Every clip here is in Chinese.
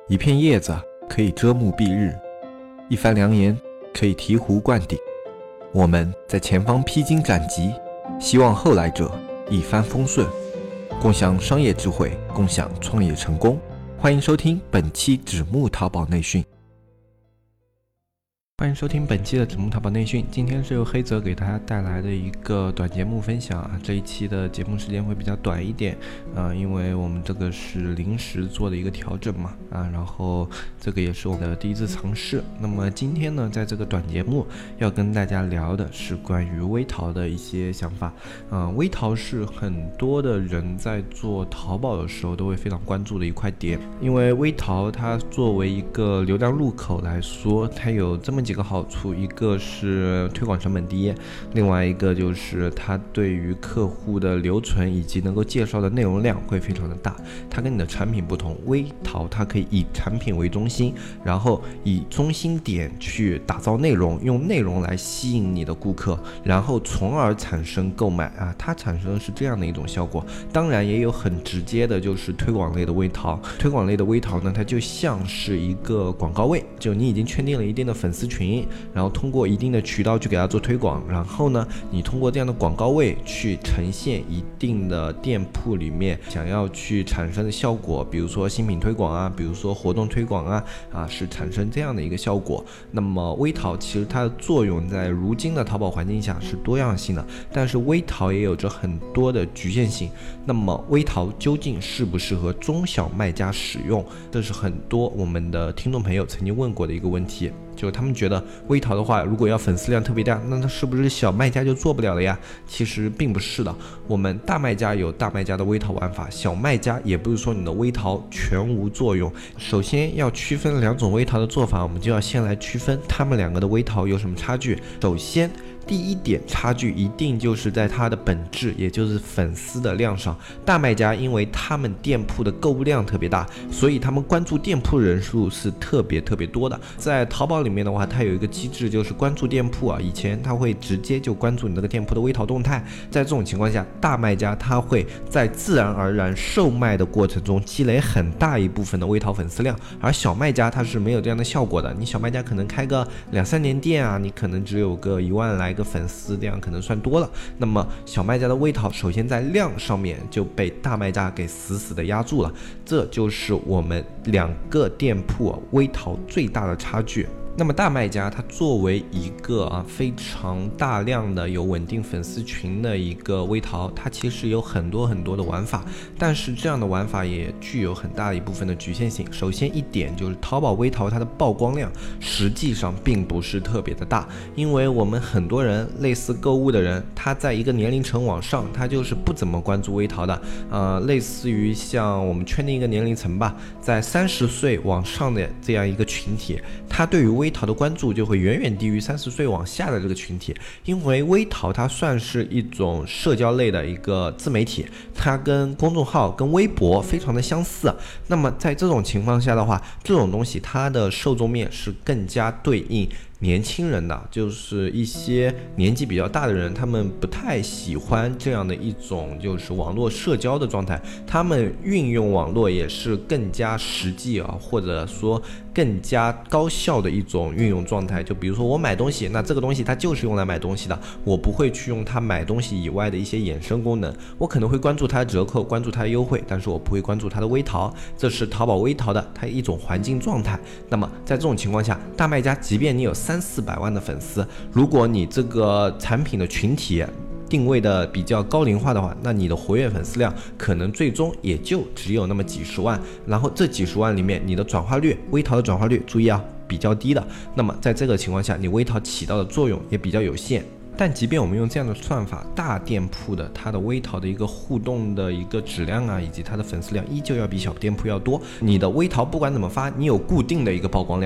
一片叶子可以遮目蔽日，一番良言可以醍醐灌顶。我们在前方披荆斩棘，希望后来者一帆风顺，共享商业智慧，共享创业成功。欢迎收听本期纸木淘宝内训。欢迎收听本期的纸木淘宝内训，今天是由黑泽给大家带来的一个短节目分享啊。这一期的节目时间会比较短一点因为我们这个是临时做的一个调整嘛然后这个也是我们的第一次尝试。那么今天呢，在这个短节目要跟大家聊的是关于微淘的一些想法微淘是很多的人在做淘宝的时候都会非常关注的一块点，因为微淘它作为一个流量入口来说，它有这么几个好处，一个是推广成本低，另外一个就是它对于客户的留存以及能够介绍的内容量会非常的大。它跟你的产品不同，微淘它可以以产品为中心，然后以中心点去打造内容，用内容来吸引你的顾客，然后从而产生购买它产生的是这样的一种效果。当然也有很直接的，就是推广类的微淘。推广类的微淘呢，它就像是一个广告位，就你已经圈定了一定的粉丝群，然后通过一定的渠道去给它做推广，然后呢，你通过这样的广告位去呈现一定的店铺里面想要去产生的效果，比如说新品推广比如说活动推广是产生这样的一个效果。那么微淘其实它的作用在如今的淘宝环境下是多样性的，但是微淘也有着很多的局限性。那么微淘究竟适不适合中小卖家使用，这是很多我们的听众朋友曾经问过的一个问题。就他们觉得微淘的话，如果要粉丝量特别大，那它是不是小卖家就做不了了呀？其实并不是的，我们大卖家有大卖家的微淘玩法，小卖家也不是说你的微淘全无作用。首先要区分两种微淘的做法，我们就要先来区分他们两个的微淘有什么差距。首先第一点差距一定就是在它的本质，也就是粉丝的量上。大卖家因为他们店铺的购物量特别大，所以他们关注店铺人数是特别多的。在淘宝里面的话，它有一个机制，就是关注店铺以前它会直接就关注你这个店铺的微淘动态。在这种情况下，大卖家他会在自然而然售卖的过程中积累很大一部分的微淘粉丝量，而小卖家他是没有这样的效果的。你小卖家可能开个2-3年店你可能只有个1万来个粉丝，这样可能算多了。那么小卖家的微淘首先在量上面就被大卖家给死的压住了，这就是我们两个店铺微淘最大的差距。那么大卖家它作为一个非常大量的有稳定粉丝群的一个微淘，它其实有很多的玩法，但是这样的玩法也具有很大一部分的局限性。首先一点就是淘宝微淘它的曝光量实际上并不是特别的大，因为我们很多人类似购物的人，他在一个年龄层往上，他就是不怎么关注微淘的类似于像我们圈定一个年龄层吧，在30岁往上的这样一个群体，他对于微淘的关注就会远远低于30岁往下的这个群体。因为微淘它算是一种社交类的一个自媒体，它跟公众号跟微博非常的相似。那么在这种情况下的话，这种东西它的受众面是更加对应年轻人的，就是一些年纪比较大的人，他们不太喜欢这样的一种就是网络社交的状态，他们运用网络也是更加实际或者说更加高效的一种运用状态。就比如说我买东西，那这个东西它就是用来买东西的，我不会去用它买东西以外的一些衍生功能。我可能会关注它的折扣，关注它的优惠，但是我不会关注它的微淘。这是淘宝微淘的它一种环境状态。那么在这种情况下，大卖家即便你有300-400万的粉丝，如果你这个产品的群体定位的比较高龄化的话，那你的活跃粉丝量可能最终也就只有那么几十万，然后这几十万里面你的转化率，微淘的转化率注意比较低的，那么在这个情况下，你微淘起到的作用也比较有限。但即便我们用这样的算法，大店铺的它的微淘的一个互动的一个质量以及它的粉丝量依旧要比小店铺要多。你的微淘不管怎么发，你有固定的一个曝光量，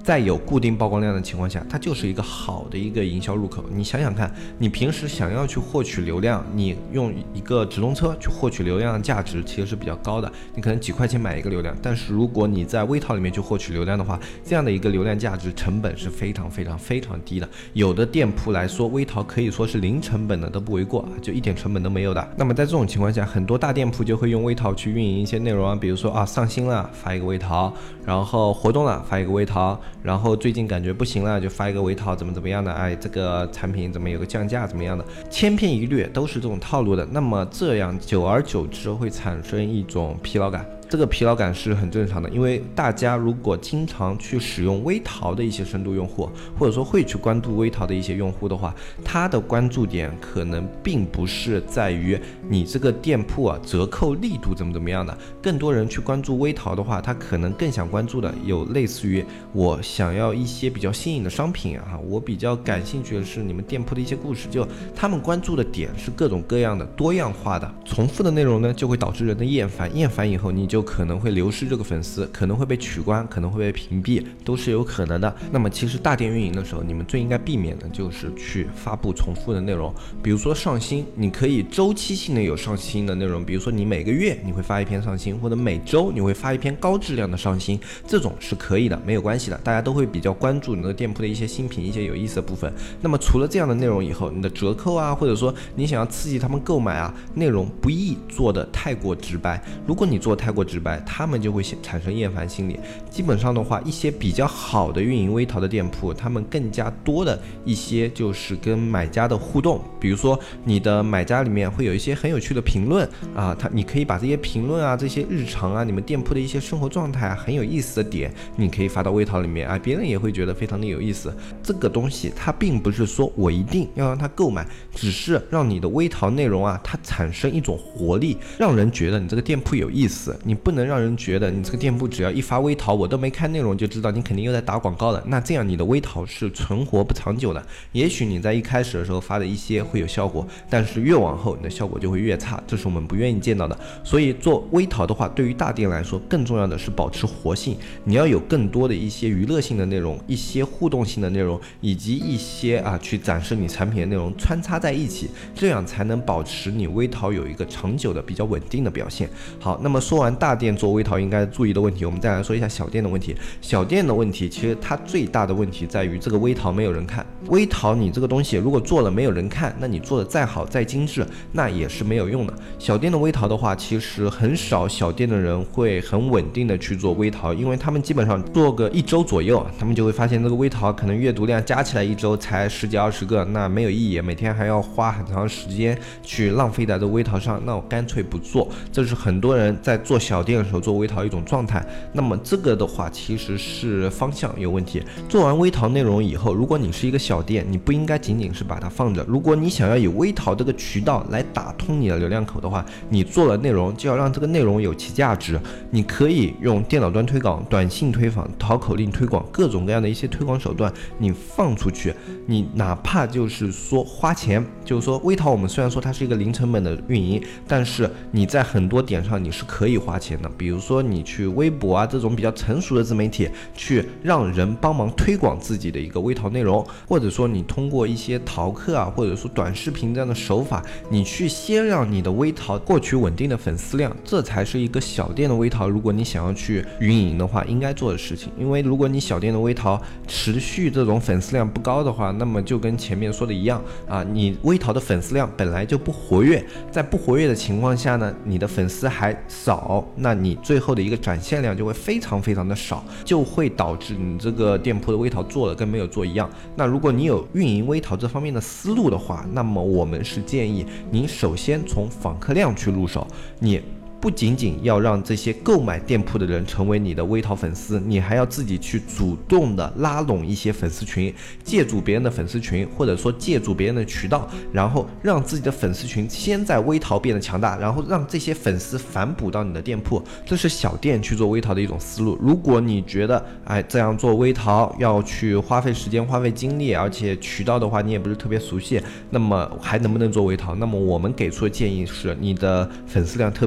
在有固定曝光量的情况下，它就是一个好的一个营销入口。你想想看，你平时想要去获取流量，你用一个直通车去获取流量的价值其实是比较高的，你可能几块钱买一个流量，但是如果你在微淘里面去获取流量的话，这样的一个流量价值成本是非常低的。有的店铺来说，微淘可以说是零成本的都不为过，就一点成本都没有的。那么在这种情况下，很多大店铺就会用微淘去运营一些内容啊，比如说上新了发一个微淘，然后活动了发一个微淘，然后最近感觉不行了就发一个微淘怎么样的，这个产品怎么有个降价怎么样的，千篇一律都是这种套路的。那么这样久而久之会产生一种疲劳感。这个疲劳感是很正常的，因为大家如果经常去使用微淘的一些深度用户，或者说会去关注微淘的一些用户的话，他的关注点可能并不是在于你这个店铺折扣力度怎么样的，更多人去关注微淘的话，他可能更想关注的有类似于我想要一些比较新颖的商品我比较感兴趣的是你们店铺的一些故事，就他们关注的点是各种各样的多样化的，重复的内容呢就会导致人的厌烦以后你就可能会流失这个粉丝，可能会被取关，可能会被屏蔽，都是有可能的。那么其实大店运营的时候，你们最应该避免的就是去发布重复的内容。比如说上新，你可以周期性的有上新的内容，比如说你每个月你会发一篇上新，或者每周你会发一篇高质量的上新，这种是可以的，没有关系的，大家都会比较关注你的店铺的一些新品，一些有意思的部分。那么除了这样的内容以后，你的折扣或者说你想要刺激他们购买内容不宜做的太过直白。如果你做太过直白，他们就会产生厌烦心理。基本上的话，一些比较好的运营微淘的店铺，他们更加多的一些就是跟买家的互动，比如说你的买家里面会有一些很有趣的评论你可以把这些评论这些日常你们店铺的一些生活状态很有意思的点，你可以发到微淘里面别人也会觉得非常的有意思。这个东西它并不是说我一定要让他购买，只是让你的微淘内容它产生一种活力，让人觉得你这个店铺有意思。你不能让人觉得你这个店铺只要一发微淘，我都没看内容就知道你肯定又在打广告了，那这样你的微淘是存活不长久的。也许你在一开始的时候发的一些会有效果，但是越往后你的效果就会越差，这是我们不愿意见到的。所以做微淘的话，对于大店来说更重要的是保持活性，你要有更多的一些娱乐性的内容，一些互动性的内容，以及一些去展示你产品的内容穿插在一起，这样才能保持你微淘有一个长久的比较稳定的表现。好，那么说完大店做微淘应该注意的问题，我们再来说一下小店的问题。小店的问题其实它最大的问题在于这个微淘没有人看。微淘你这个东西如果做了没有人看，那你做的再好再精致那也是没有用的。小店的微淘的话，其实很少小店的人会很稳定的去做微淘，因为他们基本上做个1周左右，他们就会发现这个微淘可能阅读量加起来1周才10几20个，那没有意义，每天还要花很长时间去浪费在这微淘上，那我干脆不做。这是很多人在做小店的时候做微淘一种状态。那么这个的话其实是方向有问题。做完微淘内容以后，如果你是一个小店，你不应该仅仅是把它放着，如果你想要以微淘这个渠道来打通你的流量口的话，你做了内容就要让这个内容有其价值。你可以用电脑端推广、短信推广、淘口令推广，各种各样的一些推广手段你放出去，你哪怕就是说花钱，就是说微淘我们虽然说它是一个零成本的运营，但是你在很多点上你是可以花钱的，比如说你去微博这种比较成熟的自媒体去让人帮忙推广自己的一个微淘内容，或者说你通过一些淘客或者说短视频这样的手法，你去先让你的微淘获取稳定的粉丝量，这才是一个小店的微淘如果你想要去运营的话应该做的事情。因为如果你小店的微淘持续这种粉丝量不高的话，那么就跟前面说的一样你微淘的粉丝量本来就不活跃，在不活跃的情况下呢，你的粉丝还少，那你最后的一个展现量就会非常的少，就会导致你这个店铺的微淘做了跟没有做一样。那如果你有运营微淘这方面的思路的话，那么我们是建议你首先从访客量去入手，你不仅仅要让这些购买店铺的人成为你的微淘粉丝，你还要自己去主动的拉拢一些粉丝群，借助别人的粉丝群，或者说借助别人的渠道，然后让自己的粉丝群先在微淘变得强大，然后让这些粉丝反哺到你的店铺。这是小店去做微淘的一种思路。如果你觉得这样做微淘要去花费时间花费精力，而且渠道的话你也不是特别熟悉，那么还能不能做微淘？那么我们给出的建议是，你的粉丝量特别小的情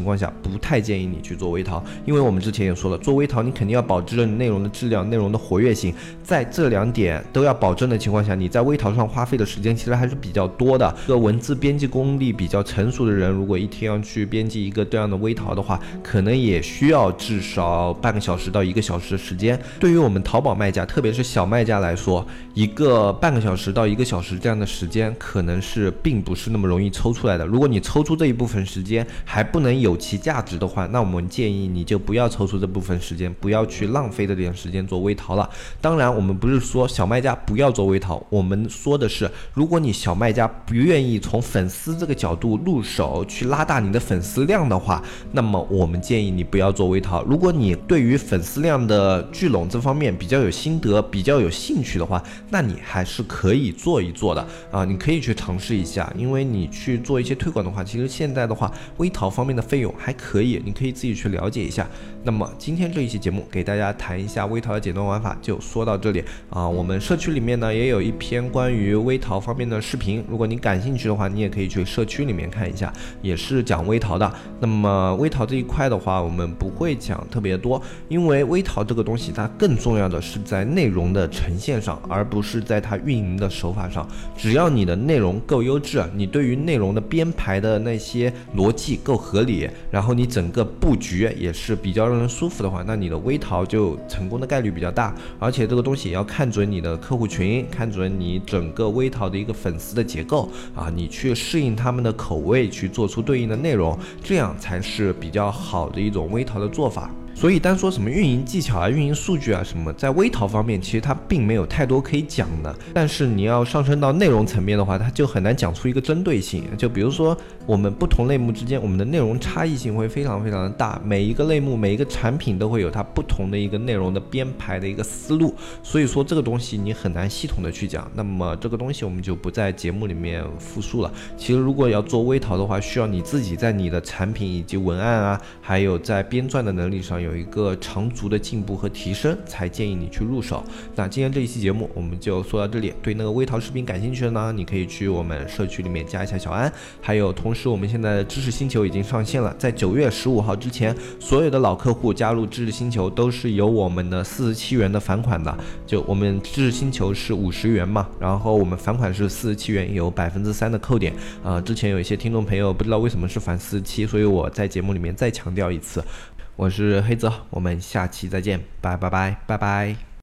情况下，不太建议你去做微淘，因为我们之前也说了，做微淘你肯定要保证内容的质量、内容的活跃性，在这2点都要保证的情况下，你在微淘上花费的时间其实还是比较多的。一个文字编辑功力比较成熟的人，如果一天要去编辑一个这样的微淘的话，可能也需要至少半个小时到1个小时的时间。对于我们淘宝卖家，特别是小卖家来说，一个半个小时到1个小时这样的时间，可能是并不是那么容易抽出来的。如果你抽出这一部分时间还不能有其价值的话，那我们建议你就不要抽出这部分时间，不要去浪费这点时间做微淘了。当然我们不是说小卖家不要做微淘，我们说的是，如果你小卖家不愿意从粉丝这个角度入手去拉大你的粉丝量的话，那么我们建议你不要做微淘。如果你对于粉丝量的聚拢这方面比较有心得，比较有兴趣的话，那你还是可以做一做的啊，你可以去尝试一下。因为你去做一些推广的话，其实现在的话微淘方面的费用还可以，你可以自己去了解一下。那么今天这一期节目给大家谈一下微淘的简单玩法就说到这里啊。我们社区里面呢也有一篇关于微淘方面的视频，如果你感兴趣的话，你也可以去社区里面看一下，也是讲微淘的。那么微淘这一块的话，我们不会讲特别多，因为微淘这个东西它更重要的是在内容的呈现上，而不是在它运营的手法上。只要你的内容够优质，你对于内容的编排的那些逻辑够合理，然后你整个布局也是比较让人舒服的话，那你的微淘就成功的概率比较大。而且这个东西也要看准你的客户群，看准你整个微淘的一个粉丝的结构啊，你去适应他们的口味，去做出对应的内容，这样才是比较好的一种微淘的做法。所以单说什么运营技巧啊、运营数据啊什么，在微淘方面其实它并没有太多可以讲的。但是你要上升到内容层面的话，它就很难讲出一个针对性。就比如说我们不同类目之间，我们的内容差异性会非常非常的大，每一个类目、每一个产品都会有它不同的一个内容的编排的一个思路。所以说这个东西你很难系统的去讲。那么这个东西我们就不在节目里面复述了。其实如果要做微淘的话，需要你自己在你的产品以及文案啊，还有在编撰的能力上有一个长足的进步和提升，才建议你去入手。那今天这一期节目我们就说到这里。对那个微淘视频感兴趣的呢，你可以去我们社区里面加一下小安。还有同时我们现在的知识星球已经上线了，在9月15号之前，所有的老客户加入知识星球都是有我们的47元的返款的。就我们知识星球是50元嘛，然后我们返款是47元，有3%的扣点。之前有一些听众朋友不知道为什么是返47，所以我在节目里面再强调一次。我是黑泽，我们下期再见，拜拜。